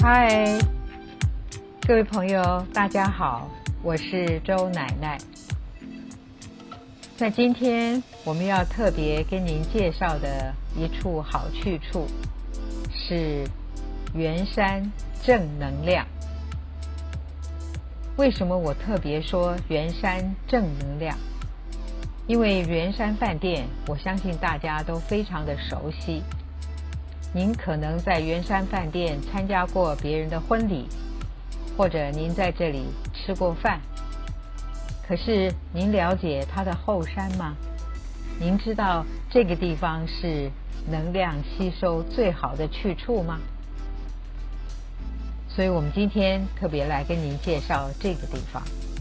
嗨，各位朋友，大家好，我是周奶奶。在今天我们要特别跟您介绍的一处好去处是圆山正能量。为什么我特别说圆山正能量？因为圆山饭店，我相信大家都非常的熟悉。您可能在圆山饭店参加过别人的婚礼，或者您在这里吃过饭。可是您了解它的后山吗？您知道这个地方是能量吸收最好的去处吗？所以我们今天特别来跟您介绍这个地方。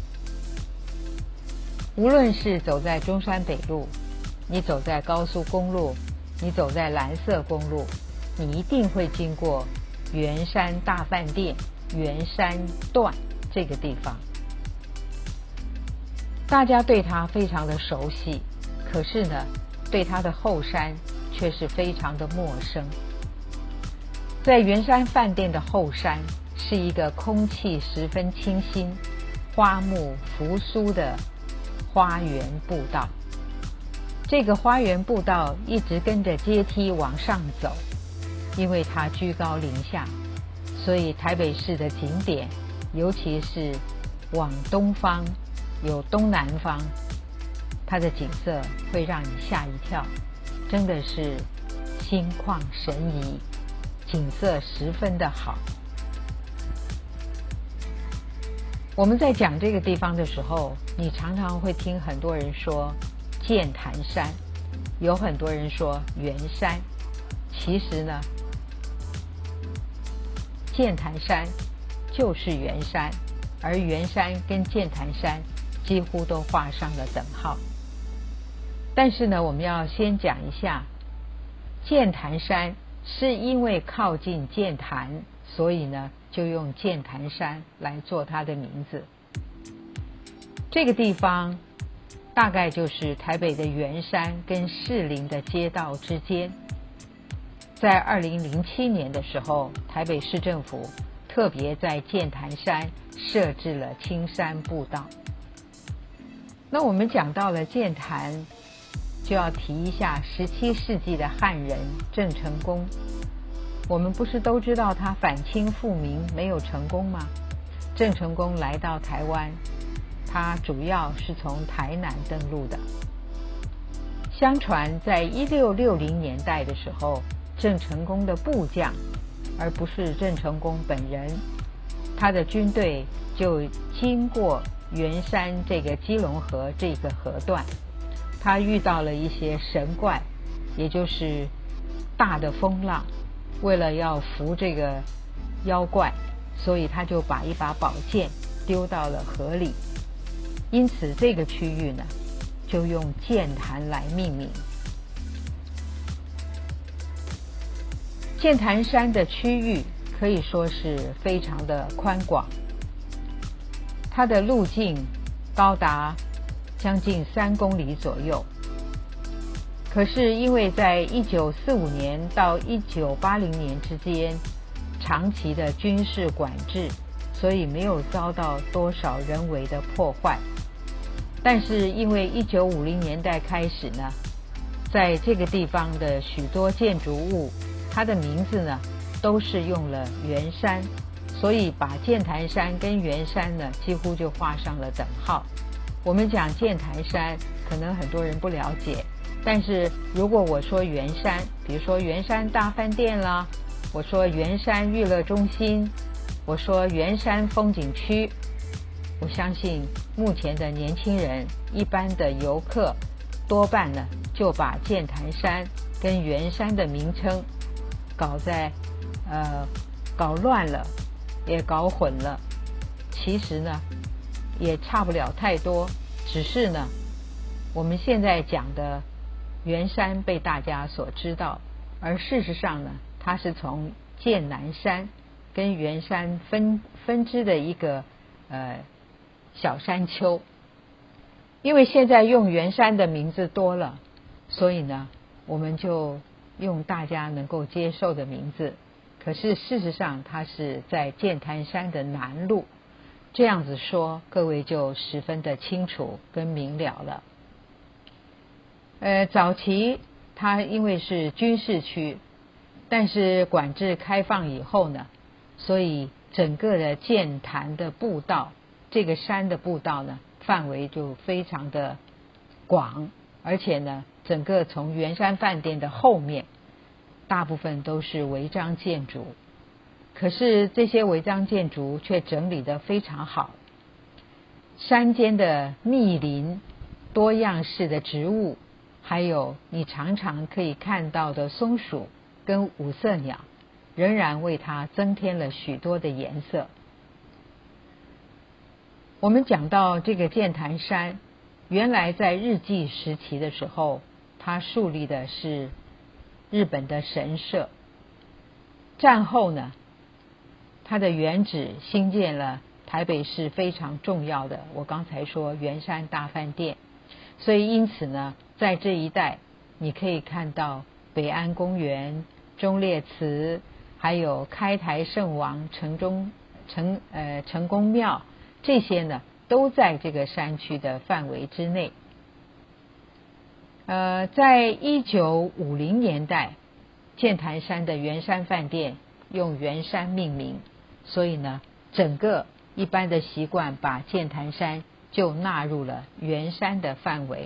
无论是走在中山北路，你走在高速公路，你走在蓝色公路，你一定会经过圆山大饭店圆山段这个地方。大家对它非常的熟悉，可是呢，对它的后山却是非常的陌生。在圆山饭店的后山是一个空气十分清新、花木扶苏的花园步道。这个花园步道一直跟着阶梯往上走，因为它居高临下，所以台北市的景点，尤其是往东方有东南方，它的景色会让你吓一跳，真的是心旷神怡，景色十分的好。我们在讲这个地方的时候，你常常会听很多人说剑潭山，有很多人说圆山。其实呢，剑潭山就是圆山，而圆山跟剑潭山几乎都画上了等号。但是呢，我们要先讲一下，剑潭山是因为靠近剑潭，所以呢就用剑潭山来做它的名字。这个地方大概就是台北的圆山跟士林的街道之间。在2007年的时候，台北市政府特别在剑潭山设置了青山步道。那我们讲到了剑潭，就要提一下17世纪的汉人郑成功。我们不是都知道他反清复明没有成功吗？郑成功来到台湾，他主要是从台南登陆的。相传在1660年代的时候，郑成功的部将，而不是郑成功本人，他的军队就经过圆山这个基隆河这个河段，他遇到了一些神怪，也就是大的风浪。为了要扶这个妖怪，所以他就把一把宝剑丢到了河里，因此这个区域呢就用剑潭来命名。剑潭山的区域可以说是非常的宽广，它的路径高达将近3公里左右。可是因为在1945年到1980年之间长期的军事管制，所以没有遭到多少人为的破坏。但是因为1950年代开始呢，在这个地方的许多建筑物，它的名字呢都是用了圆山，所以把剑潭山跟圆山呢几乎就画上了等号。我们讲剑潭山，可能很多人不了解，但是如果我说圆山，比如说圆山大饭店啦，我说圆山娱乐中心，我说圆山风景区，我相信目前的年轻人，一般的游客多半呢就把剑潭山跟圆山的名称搞乱了，也搞混了。其实呢也差不了太多，只是呢我们现在讲的圆山被大家所知道，而事实上呢它是从剑南山跟圆山分支的一个小山丘。因为现在用圆山的名字多了，所以呢我们就用大家能够接受的名字。 可是事实上它是在剑潭山的南麓。这样子说，各位就十分的清楚跟明了了。早期它因为是军事区，但是管制开放以后呢，所以整个的剑潭的步道，这个山的步道呢，范围就非常的广，而且呢，整个从圆山饭店的后面，大部分都是违章建筑。可是这些违章建筑却整理得非常好，山间的密林、多样式的植物，还有你常常可以看到的松鼠跟五色鸟，仍然为它增添了许多的颜色。我们讲到这个剑潭山，原来在日据时期的时候，它树立的是日本的神社。战后呢，它的原址兴建了台北市非常重要的，我刚才说圆山大饭店，所以因此呢，在这一带你可以看到北安公园、忠烈祠，还有开台圣王成功庙，这些呢都在这个山区的范围之内。在1950年代，剑潭山的圆山饭店用圆山命名，所以呢，整个一般的习惯把剑潭山就纳入了圆山的范围。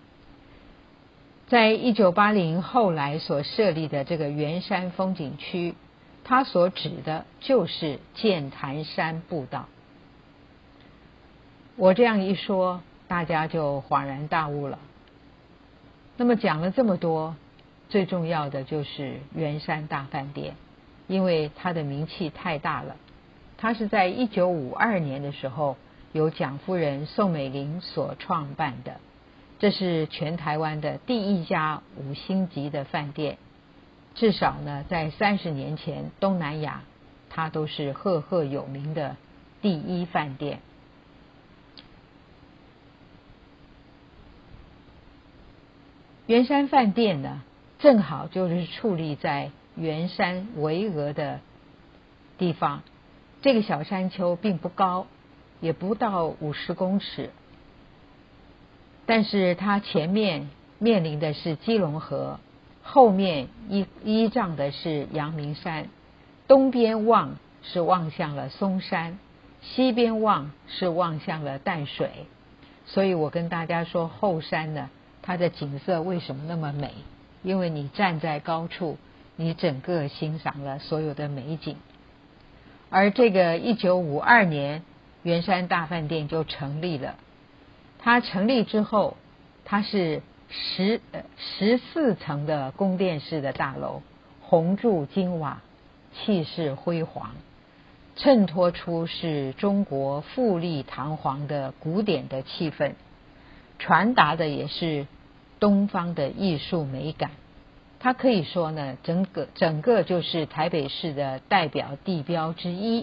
在1980后来所设立的这个圆山风景区，它所指的就是剑潭山步道。我这样一说，大家就恍然大悟了。那么讲了这么多，最重要的就是圆山大饭店，因为它的名气太大了。它是在1952年的时候由蒋夫人宋美龄所创办的，这是全台湾的第一家5星级的饭店，至少呢在30年前东南亚它都是赫赫有名的第一饭店。圆山饭店呢，正好就是矗立在圆山巍峨的地方。这个小山丘并不高，也不到50公尺，但是它前面面临的是基隆河，后面依仗的是阳明山，东边望是望向了松山，西边望是望向了淡水。所以我跟大家说，后山呢，它的景色为什么那么美？因为你站在高处，你整个欣赏了所有的美景。而这个1952年圆山大饭店就成立了。它成立之后，它是14层的宫殿式的大楼，红柱金瓦，气势辉煌，衬托出是中国富丽堂皇的古典的气氛，传达的也是东方的艺术美感。它可以说呢，整个就是台北市的代表地标之一。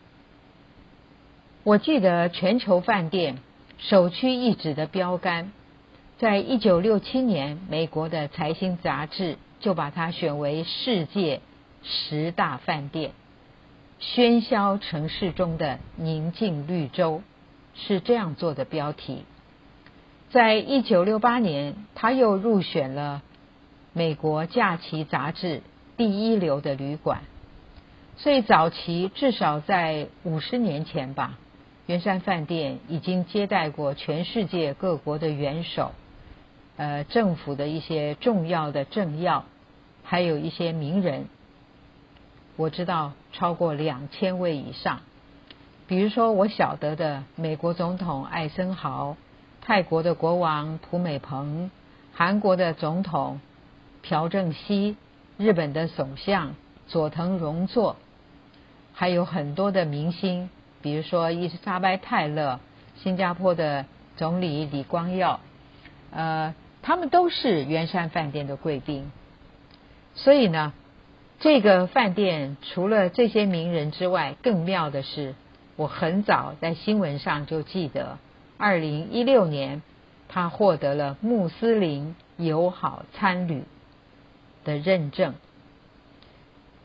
我记得全球饭店首屈一指的标杆，在1967年美国的财新杂志就把它选为世界10大饭店，喧嚣城市中的宁静绿洲，是这样做的标题。在1968年，它又入选了美国假期杂志第1流的旅馆。所以早期至少在50年前吧，圆山饭店已经接待过全世界各国的元首，政府的一些重要的政要，还有一些名人，我知道超过2000位以上。比如说我晓得的美国总统艾森豪，泰国的国王蒲美蓬，韩国的总统朴正熙，日本的首相佐藤荣作，还有很多的明星，比如说伊丽莎白泰勒，新加坡的总理李光耀，他们都是圆山饭店的贵宾。所以呢，这个饭店除了这些名人之外，更妙的是，我很早在新闻上就记得2016年他获得了穆斯林友好餐旅的认证。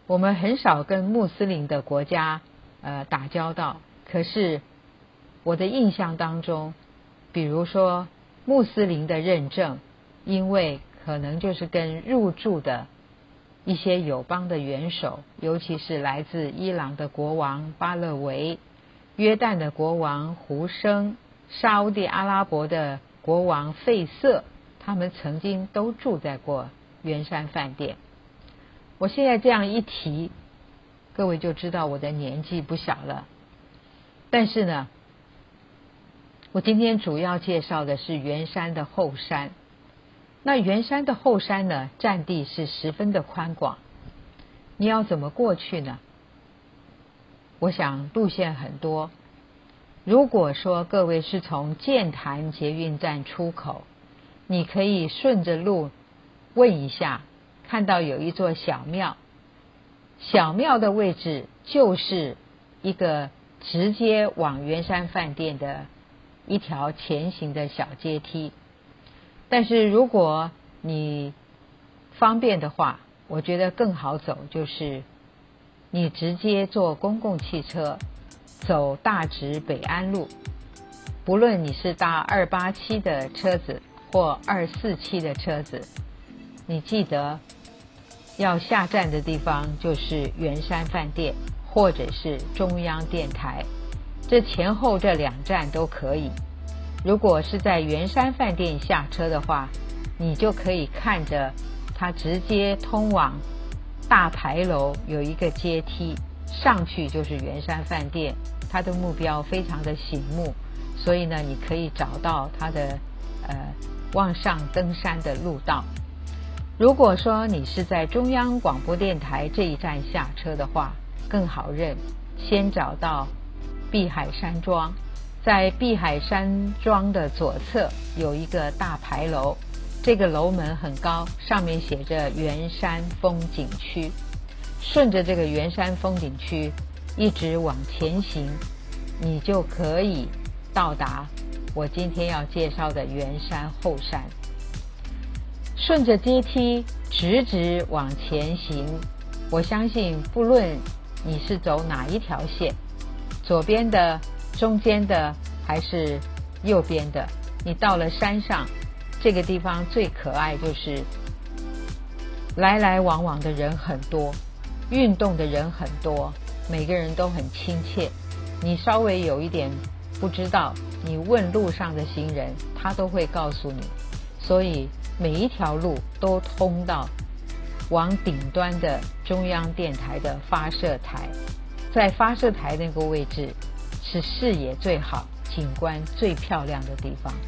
我们很少跟穆斯林的国家打交道，可是我的印象当中，比如说穆斯林的认证，因为可能就是跟入驻的一些友邦的元首，尤其是来自伊朗的国王巴勒维、约旦的国王胡生、沙烏地阿拉伯的国王费瑟，他们曾经都住在过圆山饭店。我现在这样一提，各位就知道我的年纪不小了。但是呢，我今天主要介绍的是圆山的后山。那圆山的后山呢，占地是十分的宽广。你要怎么过去呢？我想路线很多。如果说各位是从剑潭捷运站出口，你可以顺着路问一下，看到有一座小庙，小庙的位置就是一个直接往圆山饭店的一条前行的小阶梯。但是如果你方便的话，我觉得更好走，就是你直接坐公共汽车走大直北安路，不论你是搭287的车子或247的车子，你记得要下站的地方就是圆山饭店或者是中央电台，这前后这2站都可以。如果是在圆山饭店下车的话，你就可以看着它直接通往大牌楼有一个阶梯，上去就是圆山饭店，它的目标非常的醒目，所以呢，你可以找到它的往上登山的路道。如果说你是在中央广播电台这一站下车的话，更好认，先找到碧海山庄，在碧海山庄的左侧有一个大牌楼，这个楼门很高，上面写着圆山风景区。顺着这个圆山风景区一直往前行，你就可以到达我今天要介绍的圆山后山。顺着阶梯直往前行，我相信不论你是走哪一条线，左边的、中间的还是右边的，你到了山上，这个地方最可爱就是来来往往的人很多，运动的人很多，每个人都很亲切。你稍微有一点不知道，你问路上的行人，他都会告诉你。所以每一条路都通到往顶端的中央电台的发射台，在发射台那个位置是视野最好、景观最漂亮的地方。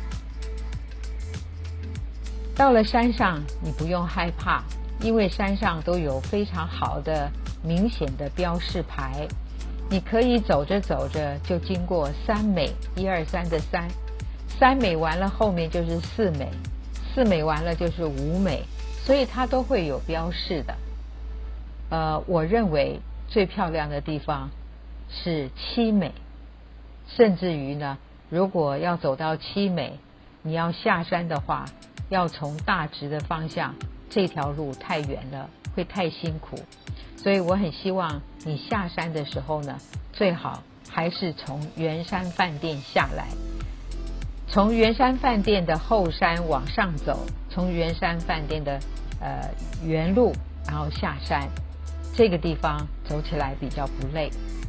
到了山上，你不用害怕，因为山上都有非常好的明显的标示牌，你可以走着走着就经过3美，1、2、3的3美完了，后面就是4美，4美完了就是5美，所以它都会有标示的。我认为最漂亮的地方是7美，甚至于呢，如果要走到7美，你要下山的话，要从大直的方向，这条路太远了，会太辛苦，所以我很希望你下山的时候呢，最好还是从圆山饭店下来，从圆山饭店的后山往上走，从圆山饭店的原路然后下山，这个地方走起来比较不累。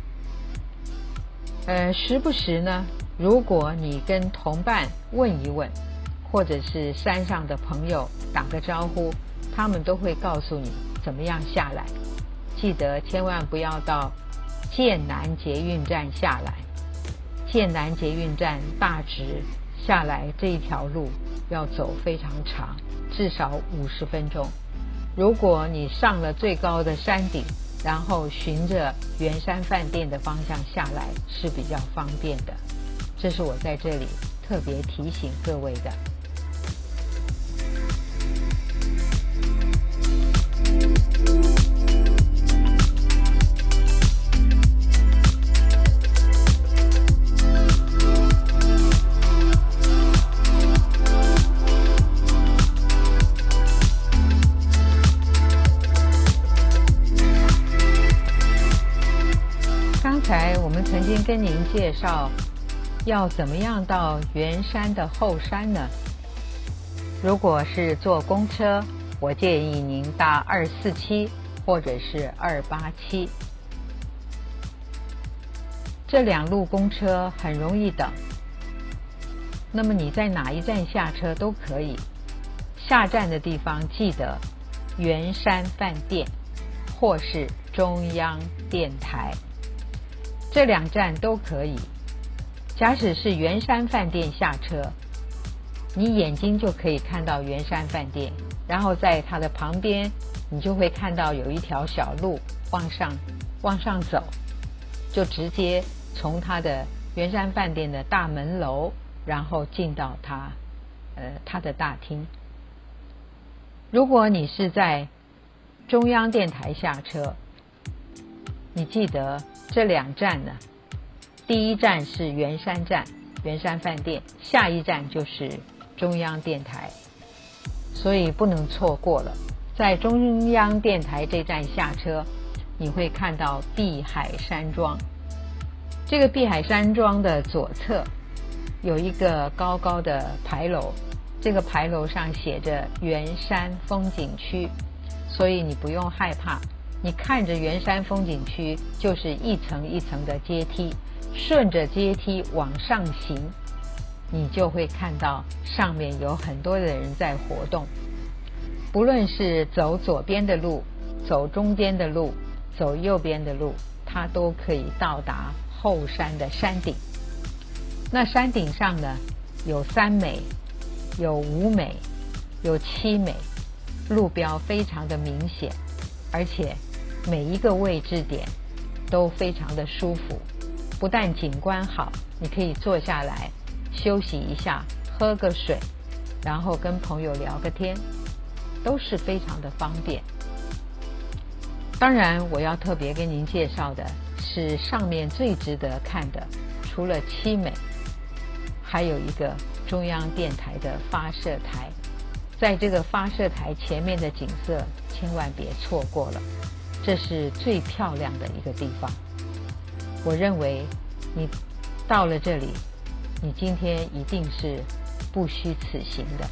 时不时呢，如果你跟同伴问一问，或者是山上的朋友打个招呼，他们都会告诉你怎么样下来。记得千万不要到剑南捷运站下来，剑南捷运站大直下来这一条路要走非常长，至少50分钟。如果你上了最高的山顶，然后循着圆山饭店的方向下来是比较方便的，这是我在这里特别提醒各位的。 先跟您介绍要怎么样到圆山的后山呢？如果是坐公车，我建议您搭247或者是287。这2路公车很容易等，那么你在哪一站下车都可以。下站的地方记得圆山饭店或是中央电台，这2站都可以。假使是圆山饭店下车，你眼睛就可以看到圆山饭店，然后在它的旁边你就会看到有一条小路往上走，就直接从它的圆山饭店的大门楼，然后进到它的大厅。如果你是在中央电台下车，你记得这2站呢，第一站是圆山站，圆山饭店，下一站就是中央电台，所以不能错过了。在中央电台这站下车，你会看到碧海山庄。这个碧海山庄的左侧有一个高高的牌楼，这个牌楼上写着圆山风景区，所以你不用害怕，你看着圆山风景区就是一层一层的阶梯，顺着阶梯往上行，你就会看到上面有很多的人在活动。不论是走左边的路，走中间的路，走右边的路，它都可以到达后山的山顶。那山顶上呢，有3美，有5美，有7美，路标非常的明显，而且每一个位置点都非常的舒服。不但景观好，你可以坐下来休息一下，喝个水，然后跟朋友聊个天，都是非常的方便。当然我要特别跟您介绍的是上面最值得看的，除了7美，还有一个中央电台的发射台。在这个发射台前面的景色千万别错过了，这是最漂亮的一个地方。我认为你到了这里，你今天一定是不虚此行的。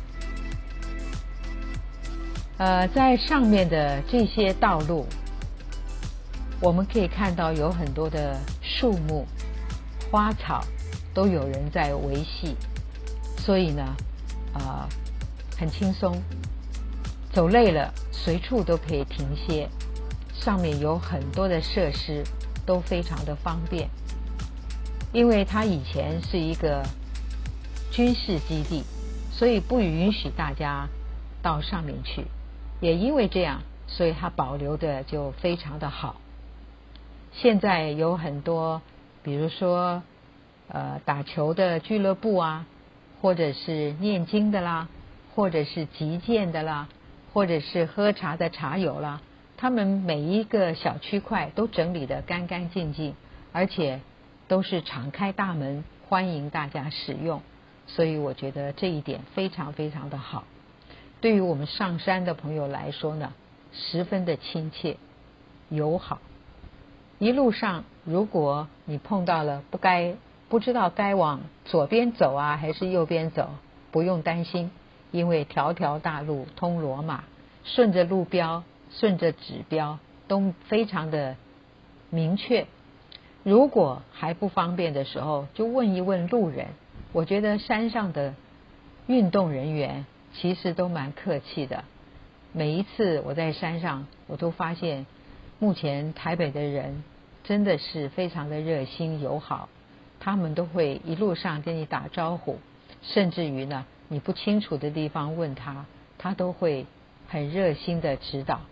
在上面的这些道路，我们可以看到有很多的树木、花草都有人在维系，所以呢，很轻松，走累了随处都可以停歇。上面有很多的设施都非常的方便，因为它以前是一个军事基地，所以不允许大家到上面去，也因为这样，所以它保留的就非常的好。现在有很多比如说打球的俱乐部啊，或者是念经的啦，或者是击剑的啦，或者是喝茶的茶友啦，他们每一个小区块都整理得干干净净，而且都是敞开大门欢迎大家使用，所以我觉得这一点非常非常的好。对于我们上山的朋友来说呢，十分的亲切友好。一路上如果你碰到了不知道该往左边走啊还是右边走，不用担心，因为条条大路通罗马，顺着路标顺着指标都非常的明确。如果还不方便的时候，就问一问路人。我觉得山上的运动人员其实都蛮客气的。每一次我在山上，我都发现目前台北的人真的是非常的热心友好，他们都会一路上跟你打招呼，甚至于呢，你不清楚的地方问他，他都会很热心的指导。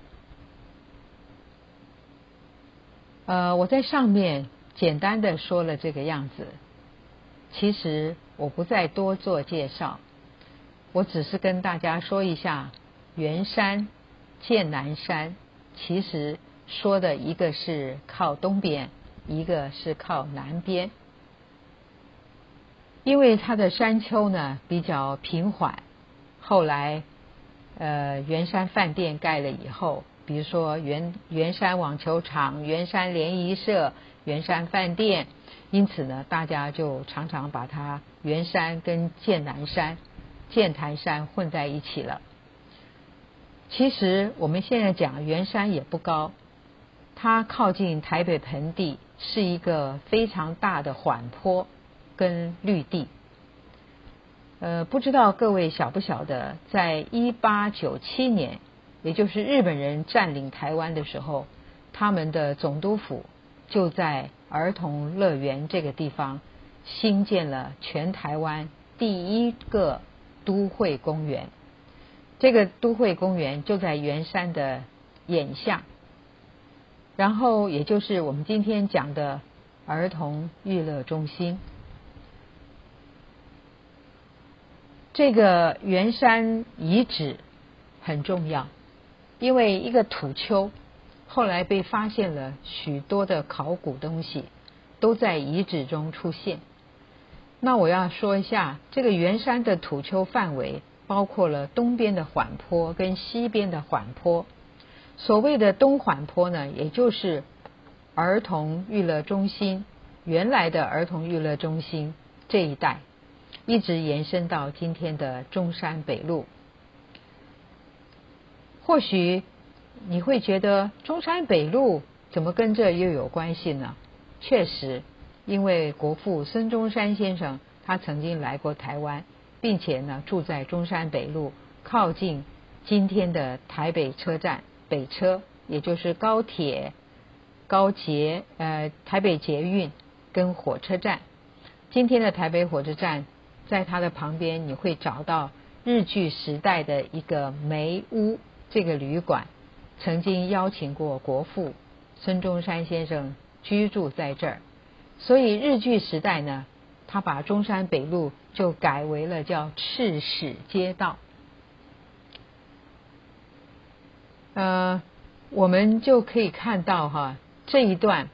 我在上面简单的说了这个样子，其实我不再多做介绍，我只是跟大家说一下圆山、剑南山，其实说的一个是靠东边，一个是靠南边。因为它的山丘呢比较平缓，后来圆山饭店盖了以后，比如说圆山网球场、圆山联谊社、 圆山饭店，因此呢，大家就常常把它圆山跟剑潭山混在一起了。其实我们现在讲圆山也不高，它靠近台北盆地，是一个非常大的缓坡跟绿地。不知道各位晓不晓得，在1897年，也就是日本人占领台湾的时候，他们的总督府就在儿童乐园这个地方兴建了全台湾第一个都会公园。这个都会公园就在圆山的眼下，然后也就是我们今天讲的儿童娱乐中心。这个圆山遗址很重要，因为一个土丘后来被发现了许多的考古东西都在遗址中出现。那我要说一下，这个圆山的土丘范围包括了东边的缓坡跟西边的缓坡。所谓的东缓坡呢，也就是儿童娱乐中心，原来的儿童娱乐中心这一带，一直延伸到今天的中山北路。或许你会觉得中山北路怎么跟这又有关系呢？确实，因为国父孙中山先生他曾经来过台湾，并且呢住在中山北路，靠近今天的台北车站北车，也就是高铁、台北捷运跟火车站。今天的台北火车站，在它的旁边你会找到日据时代的一个梅屋，这个旅馆曾经邀请过国父孙中山先生居住在这儿。所以日据时代呢，他把中山北路就改为了叫赤史街道。我们就可以看到这一段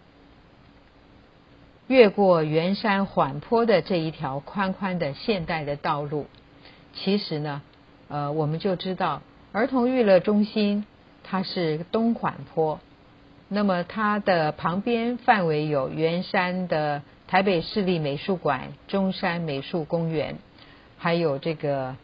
越过圆山缓坡的这一条宽宽的现代的道路，其实呢，我们就知道儿童娱乐中心它是东缓坡，那么它的旁边范围有圆山的台北市立美术馆、中山美术公园，还有这个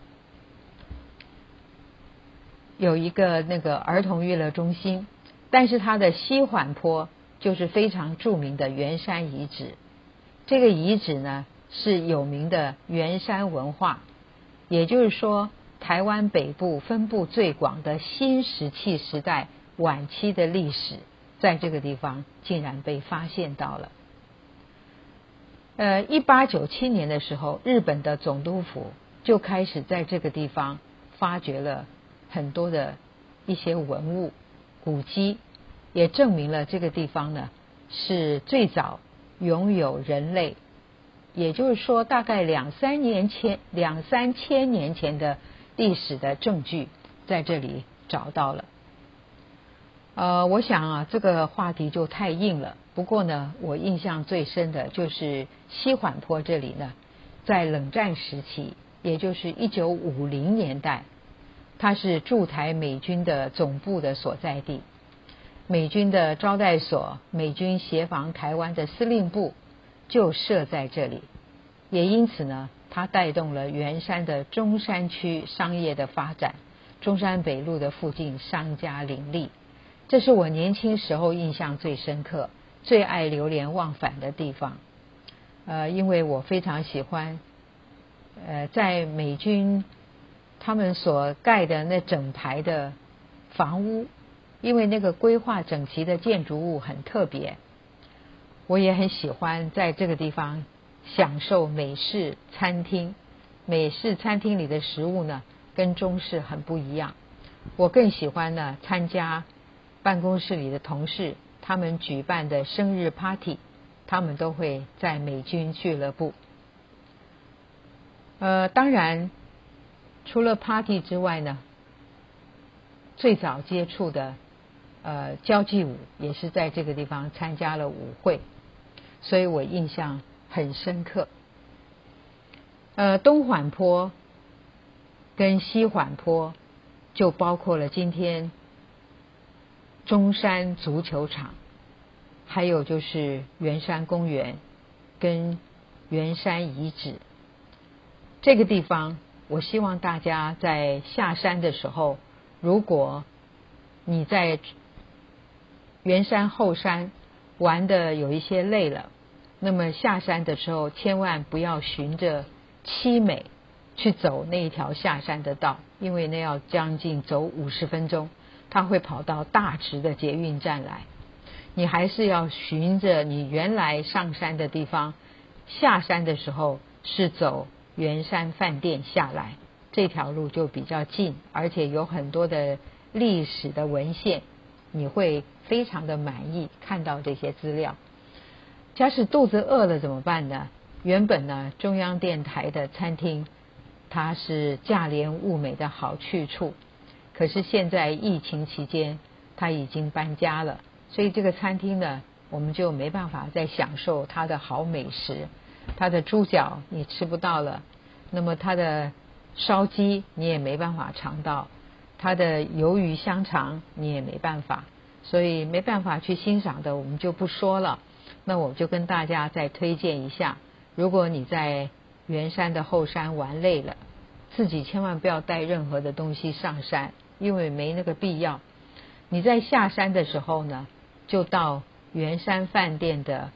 有一个那个儿童娱乐中心。但是它的西缓坡就是非常著名的圆山遗址。这个遗址呢是有名的圆山文化，也就是说台湾北部分布最广的新石器时代晚期的历史，在这个地方竟然被发现到了。1897年的时候，日本的总督府就开始在这个地方发掘了很多的一些文物古迹，也证明了这个地方呢是最早拥有人类，也就是说大概两三千年前的历史的证据在这里找到了。我想这个话题就太硬了。不过呢，我印象最深的就是西缓坡这里呢，在冷战时期，也就是1950年代，它是驻台美军的总部的所在地，美军的招待所、美军协防台湾的司令部就设在这里，也因此呢，它带动了圆山的中山区商业的发展，中山北路的附近商家林立。这是我年轻时候印象最深刻、最爱流连忘返的地方。因为我非常喜欢在美军他们所盖的那整排的房屋，因为那个规划整齐的建筑物很特别。我也很喜欢在这个地方享受美式餐厅。美式餐厅里的食物呢跟中式很不一样。我更喜欢呢参加办公室里的同事他们举办的生日 party， 他们都会在美军俱乐部。当然除了 party 之外呢，最早接触的交际舞也是在这个地方参加了舞会，所以我印象很深刻。东缓坡跟西缓坡就包括了今天中山足球场还有就是圆山公园跟圆山遗址。这个地方我希望大家在下山的时候，如果你在圆山后山玩的有一些累了，那么下山的时候千万不要循着七美去走那一条下山的道，因为那要将近走50分钟，它会跑到大直的捷运站来。你还是要循着你原来上山的地方，下山的时候是走圆山饭店下来，这条路就比较近，而且有很多的历史的文献，你会非常的满意看到这些资料。假使肚子饿了怎么办呢？原本呢，中央电台的餐厅它是价廉物美的好去处，可是现在疫情期间它已经搬家了，所以这个餐厅呢，我们就没办法再享受它的好美食。它的猪脚你吃不到了，那么它的烧鸡你也没办法尝到，它的鱿鱼香肠你也没办法，所以没办法去欣赏的我们就不说了。那我就跟大家再推荐一下，如果你在圆山的后山玩累了，自己千万不要带任何的东西上山，因为没那个必要。你在下山的时候呢，就到圆山饭店的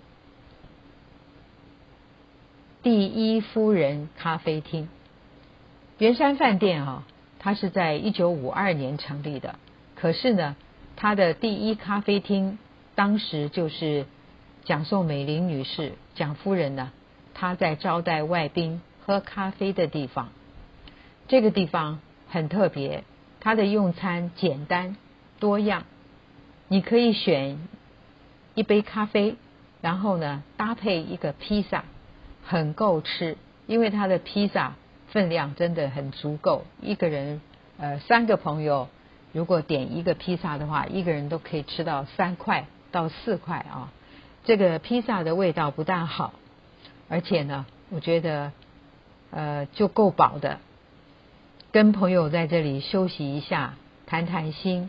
第一夫人咖啡厅。圆山饭店它是在1952年成立的，可是呢，它的第一咖啡厅当时就是蒋宋美龄女士蒋夫人呢，她在招待外宾喝咖啡的地方。这个地方很特别，它的用餐简单多样，你可以选一杯咖啡，然后呢搭配一个披萨，很够吃，因为它的披萨分量真的很足够，一个人3个朋友如果点一个披萨的话，一个人都可以吃到3块到4块啊。这个披萨的味道不但好，而且呢我觉得就够饱的，跟朋友在这里休息一下，谈谈心，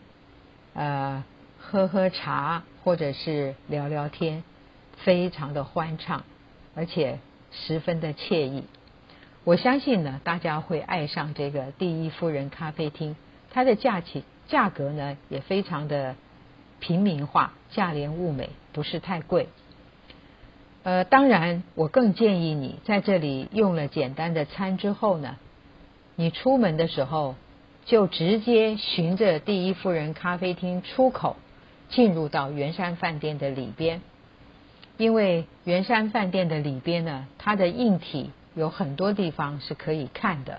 喝喝茶，或者是聊聊天，非常的欢畅，而且十分的惬意。我相信呢，大家会爱上这个第一夫人咖啡厅，它的价格呢也非常的平民化，价廉物美，不是太贵。当然我更建议你在这里用了简单的餐之后呢，你出门的时候就直接循着第一夫人咖啡厅出口进入到圆山饭店的里边。因为圆山饭店的里边呢，它的硬体有很多地方是可以看的，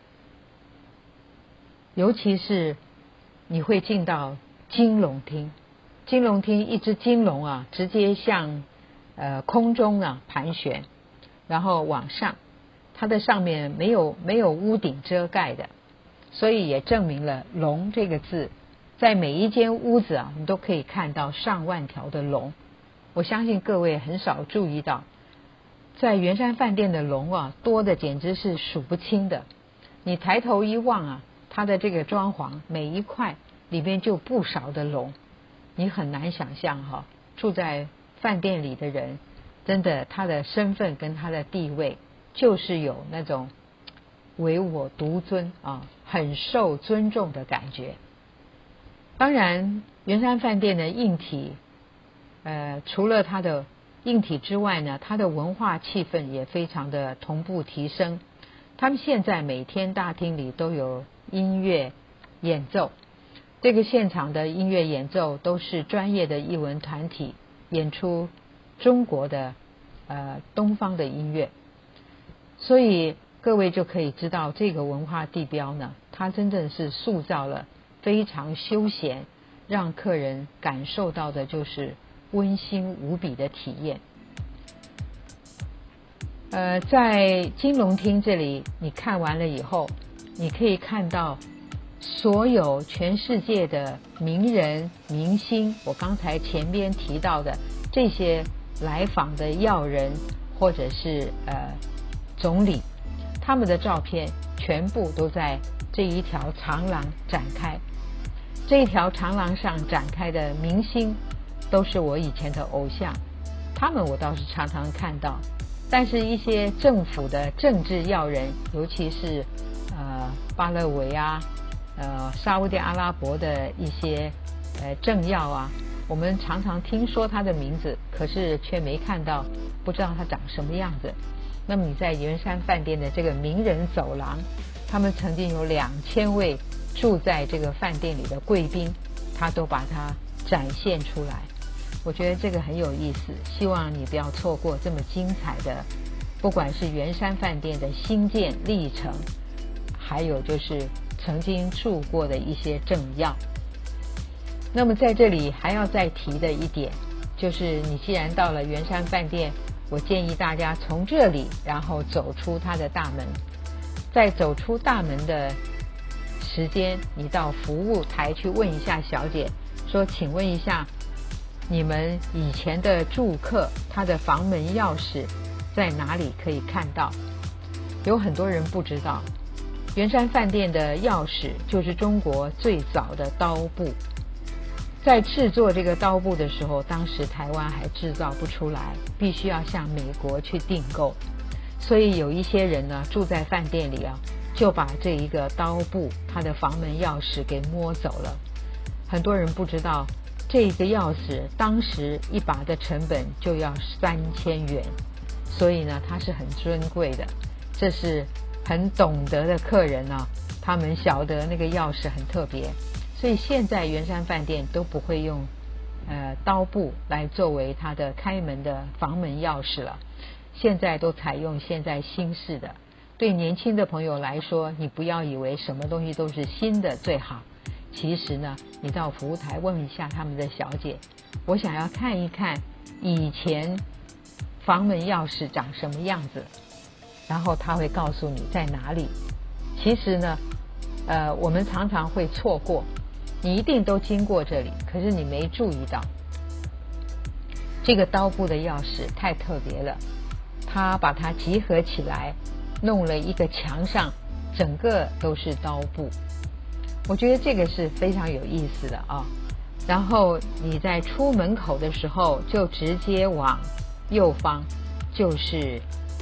尤其是你会进到金龙厅。金龙厅一只金龙直接向空中盘旋，然后往上，它的上面没有屋顶遮盖的，所以也证明了龙这个字在每一间屋子你都可以看到上万条的龙。我相信各位很少注意到，在圆山饭店的龙多的简直是数不清的。你抬头一望它的这个装潢每一块里面就不少的龙，你很难想象住在饭店里的人真的他的身份跟他的地位就是有那种唯我独尊很受尊重的感觉。当然圆山饭店的硬体除了它的硬体之外呢，它的文化气氛也非常的同步提升。他们现在每天大厅里都有音乐演奏，这个现场的音乐演奏都是专业的艺文团体演出中国的东方的音乐，所以各位就可以知道这个文化地标呢，它真正是塑造了非常休闲，让客人感受到的就是温馨无比的体验。在金龙厅这里你看完了以后，你可以看到所有全世界的名人明星，我刚才前边提到的这些来访的要人或者是总理，他们的照片全部都在这一条长廊展开。这一条长廊上展开的明星都是我以前的偶像，他们我倒是常常看到，但是一些政府的政治要人，尤其是巴勒维啊，沙烏地阿拉伯的一些政要啊，我们常常听说他的名字，可是却没看到，不知道他长什么样子。那么你在圆山饭店的这个名人走廊，他们曾经有2000位住在这个饭店里的贵宾，他都把它展现出来。我觉得这个很有意思，希望你不要错过这么精彩的，不管是圆山饭店的兴建历程，还有就是曾经住过的一些政要。那么在这里还要再提的一点，就是你既然到了圆山饭店，我建议大家从这里然后走出它的大门，在走出大门的时间，你到服务台去问一下小姐，说请问一下你们以前的住客他的房门钥匙在哪里可以看到。有很多人不知道，圆山饭店的钥匙就是中国最早的刀布。在制作这个刀布的时候，当时台湾还制造不出来，必须要向美国去订购，所以有一些人呢住在饭店里啊，就把这一个刀布他的房门钥匙给摸走了。很多人不知道，这个钥匙当时一把的成本就要3000元，所以呢它是很尊贵的。这是很懂得的客人啊，他们晓得那个钥匙很特别，所以现在圆山饭店都不会用刀布来作为它的开门的房门钥匙了，现在都采用现在新式的。对年轻的朋友来说，你不要以为什么东西都是新的最好，其实呢你到服务台问一下他们的小姐，我想要看一看以前房门钥匙长什么样子，然后他会告诉你在哪里。其实呢我们常常会错过，你一定都经过这里，可是你没注意到这个刀布的钥匙太特别了，他把它集合起来弄了一个墙上，整个都是刀布。我觉得这个是非常有意思的啊。然后你在出门口的时候就直接往右方，就是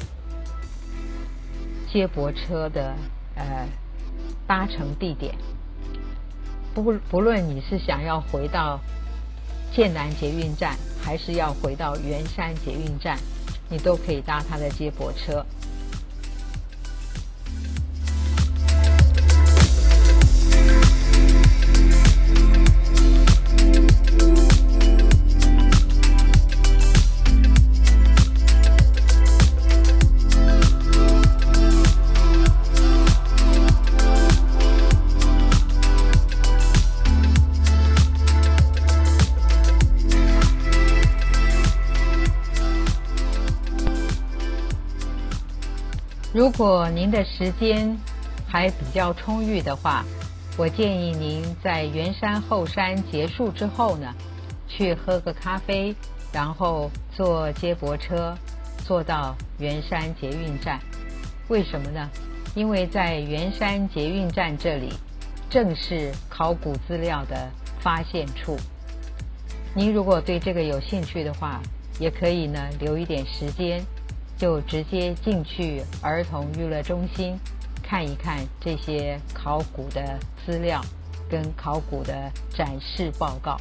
接驳车的搭乘地点。不论你是想要回到剑南捷运站，还是要回到圆山捷运站，你都可以搭它的接驳车。如果您的时间还比较充裕的话，我建议您在圆山后山结束之后呢，去喝个咖啡，然后坐接驳车坐到圆山捷运站。为什么呢？因为在圆山捷运站这里正是考古资料的发现处。您如果对这个有兴趣的话，也可以呢留一点时间，就直接进去儿童娱乐中心看一看这些考古的资料跟考古的展示报告。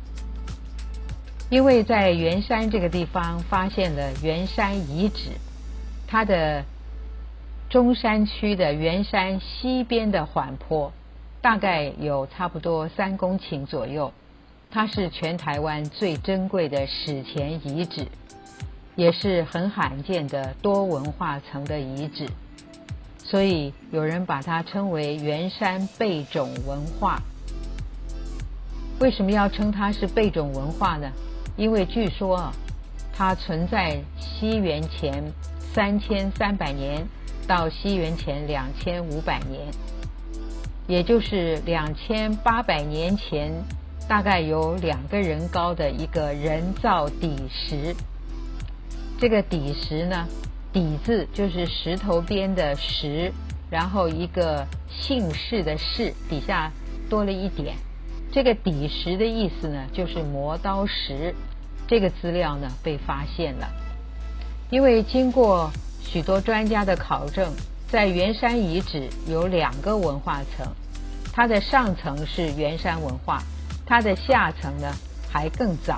因为在圆山这个地方发现了圆山遗址，它的中山区的圆山西边的缓坡大概有差不多3公顷左右，它是全台湾最珍贵的史前遗址，也是很罕见的多文化层的遗址，所以有人把它称为圆山贝冢文化。为什么要称它是贝冢文化呢？因为据说它存在西元前3300年到西元前2500年，也就是2800年前，大概有2个人高的一个人造底石。这个底石呢，底字就是石头边的石，然后一个姓氏的氏，底下多了一点， 这个底石的意思呢，就是磨刀石。这个资料呢被发现了，因为经过许多专家的考证，在圆山遗址有2个文化层，它的上层是圆山文化，它的下层呢还更早。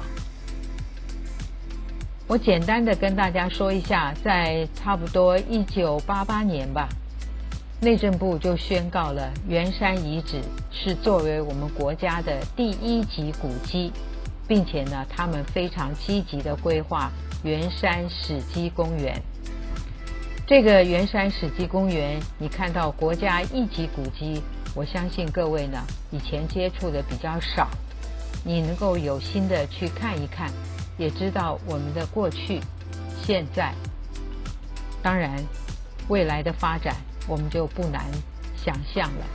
我简单的跟大家说一下，在差不多1988年吧，内政部就宣告了圆山遗址是作为我们国家的第1级古迹，并且呢，他们非常积极的规划圆山史迹公园。这个圆山史迹公园，你看到国家1级古迹，我相信各位呢以前接触的比较少，你能够有心的去看一看，也知道我们的过去、现在，当然未来的发展我们就不难想象了。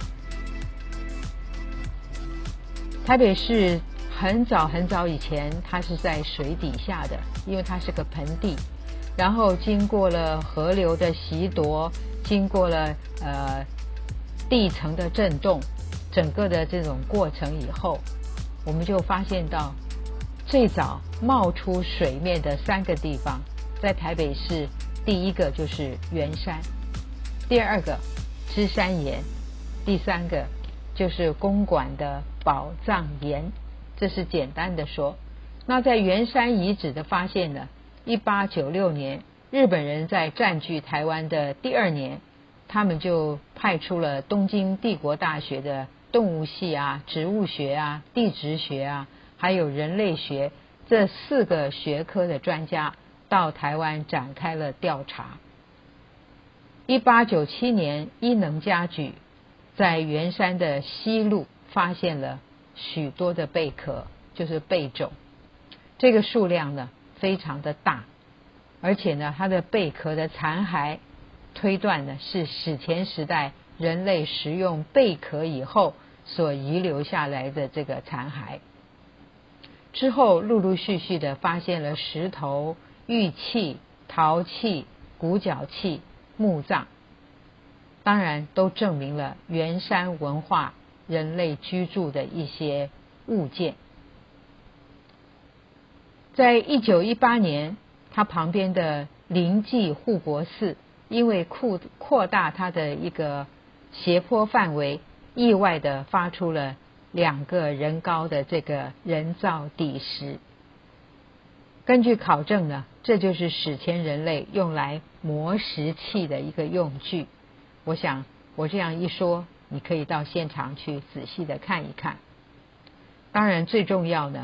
台北市很早以前，它是在水底下的，因为它是个盆地，然后经过了河流的袭夺，经过了地层的震动，整个的这种过程以后，我们就发现到最早冒出水面的3个地方，在台北市，第1个就是圆山，第2个芝山岩，第3个就是公馆的宝藏岩。这是简单的说。那在圆山遗址的发现呢，1896年日本人在占据台湾的第2年，他们就派出了东京帝国大学的动物系啊、植物学啊、地质学啊，还有人类学这4个学科的专家到台湾展开了调查。1897年，伊能嘉矩在圆山的西麓发现了许多的贝壳，就是贝种，这个数量呢非常的大，而且呢它的贝壳的残骸推断呢是史前时代人类食用贝壳以后所遗留下来的这个残骸。之后陆陆续续的发现了石头、玉器、陶器、骨角器、墓葬，当然都证明了圆山文化人类居住的一些物件。在1918年，它旁边的临济护国寺因为扩大它的一个斜坡范围，意外的发出了2个人高的这个人造底石。根据考证呢，这就是史前人类用来磨石器的一个用具。我想我这样一说，你可以到现场去仔细的看一看。当然最重要呢，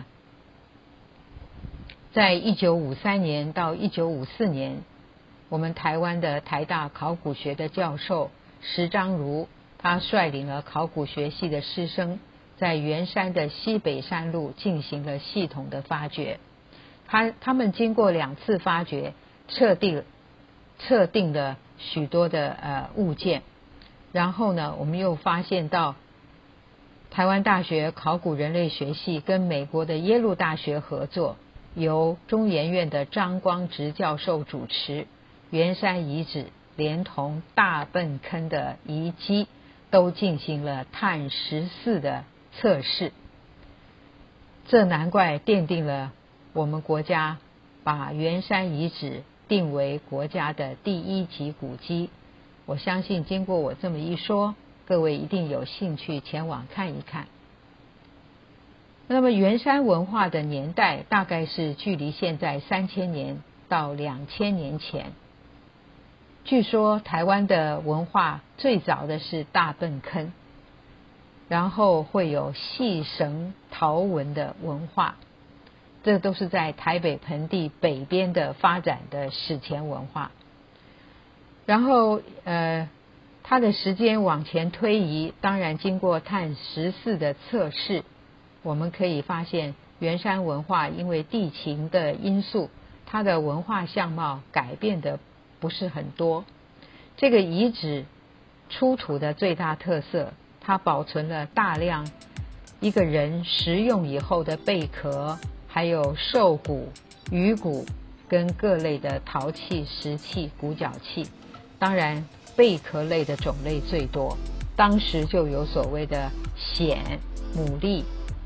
在1953年到1954年，我们台湾的台大考古学的教授石章如，他率领了考古学系的师生，在圆山的西北山路进行了系统的发掘。他们经过2次发掘，测定了许多的物件。然后呢，我们又发现到台湾大学考古人类学系跟美国的耶鲁大学合作，由中研院的张光直教授主持，圆山遗址连同大笨坑的遗迹都进行了碳14的测试。这难怪奠定了我们国家把圆山遗址定为国家的第1级古迹。我相信经过我这么一说，各位一定有兴趣前往看一看。那么圆山文化的年代大概是距离现在3000年到2000年前。据说台湾的文化最早的是大笨坑，然后会有细绳陶文的文化，这都是在台北盆地北边的发展的史前文化。然后它的时间往前推移，当然经过碳14的测试，我们可以发现圆山文化因为地形的因素，它的文化相貌改变的不是很多。这个遗址出土的最大特色，它保存了大量一个人食用以后的贝壳，还有兽骨、鱼骨跟各类的陶器、石器、骨角器。当然贝壳类的种类最多，当时就有所谓的蚬、牡蛎，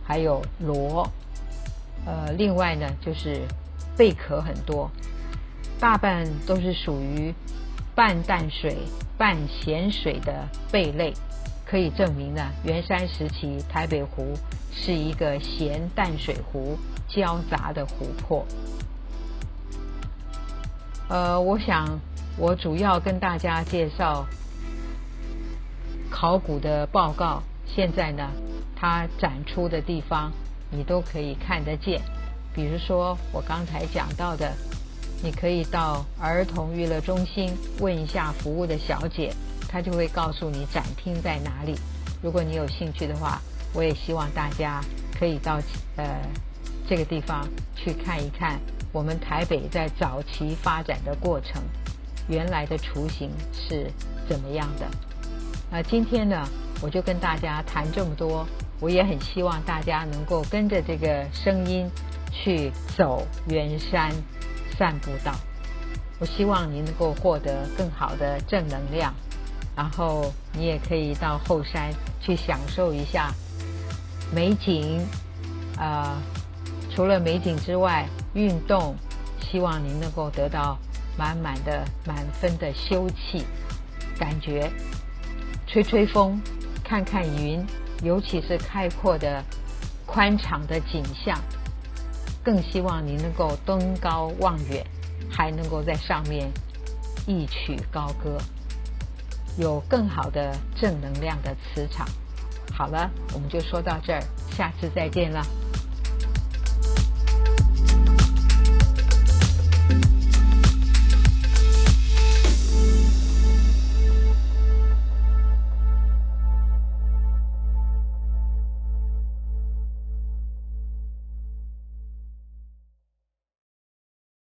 还有螺，另外呢就是贝壳很多，大半都是属于半淡水半咸水的贝类，可以证明呢圆山时期台北湖是一个咸淡水湖交杂的湖泊。我想我主要跟大家介绍考古的报告，现在呢它展出的地方你都可以看得见，比如说我刚才讲到的，你可以到儿童娱乐中心问一下服务的小姐，她就会告诉你展厅在哪里。如果你有兴趣的话，我也希望大家可以到这个地方去看一看我们台北在早期发展的过程，原来的雏形是怎么样的。今天呢我就跟大家谈这么多，我也很希望大家能够跟着这个声音去走圆山散步道，我希望你能够获得更好的正能量，然后你也可以到后山去享受一下美景，除了美景之外，运动，希望您能够得到满分的休憩感觉，吹吹风，看看云，尤其是开阔的宽敞的景象，更希望您能够登高望远，还能够在上面一曲高歌，有更好的正能量的磁场。好了，我们就说到这儿，下次再见了。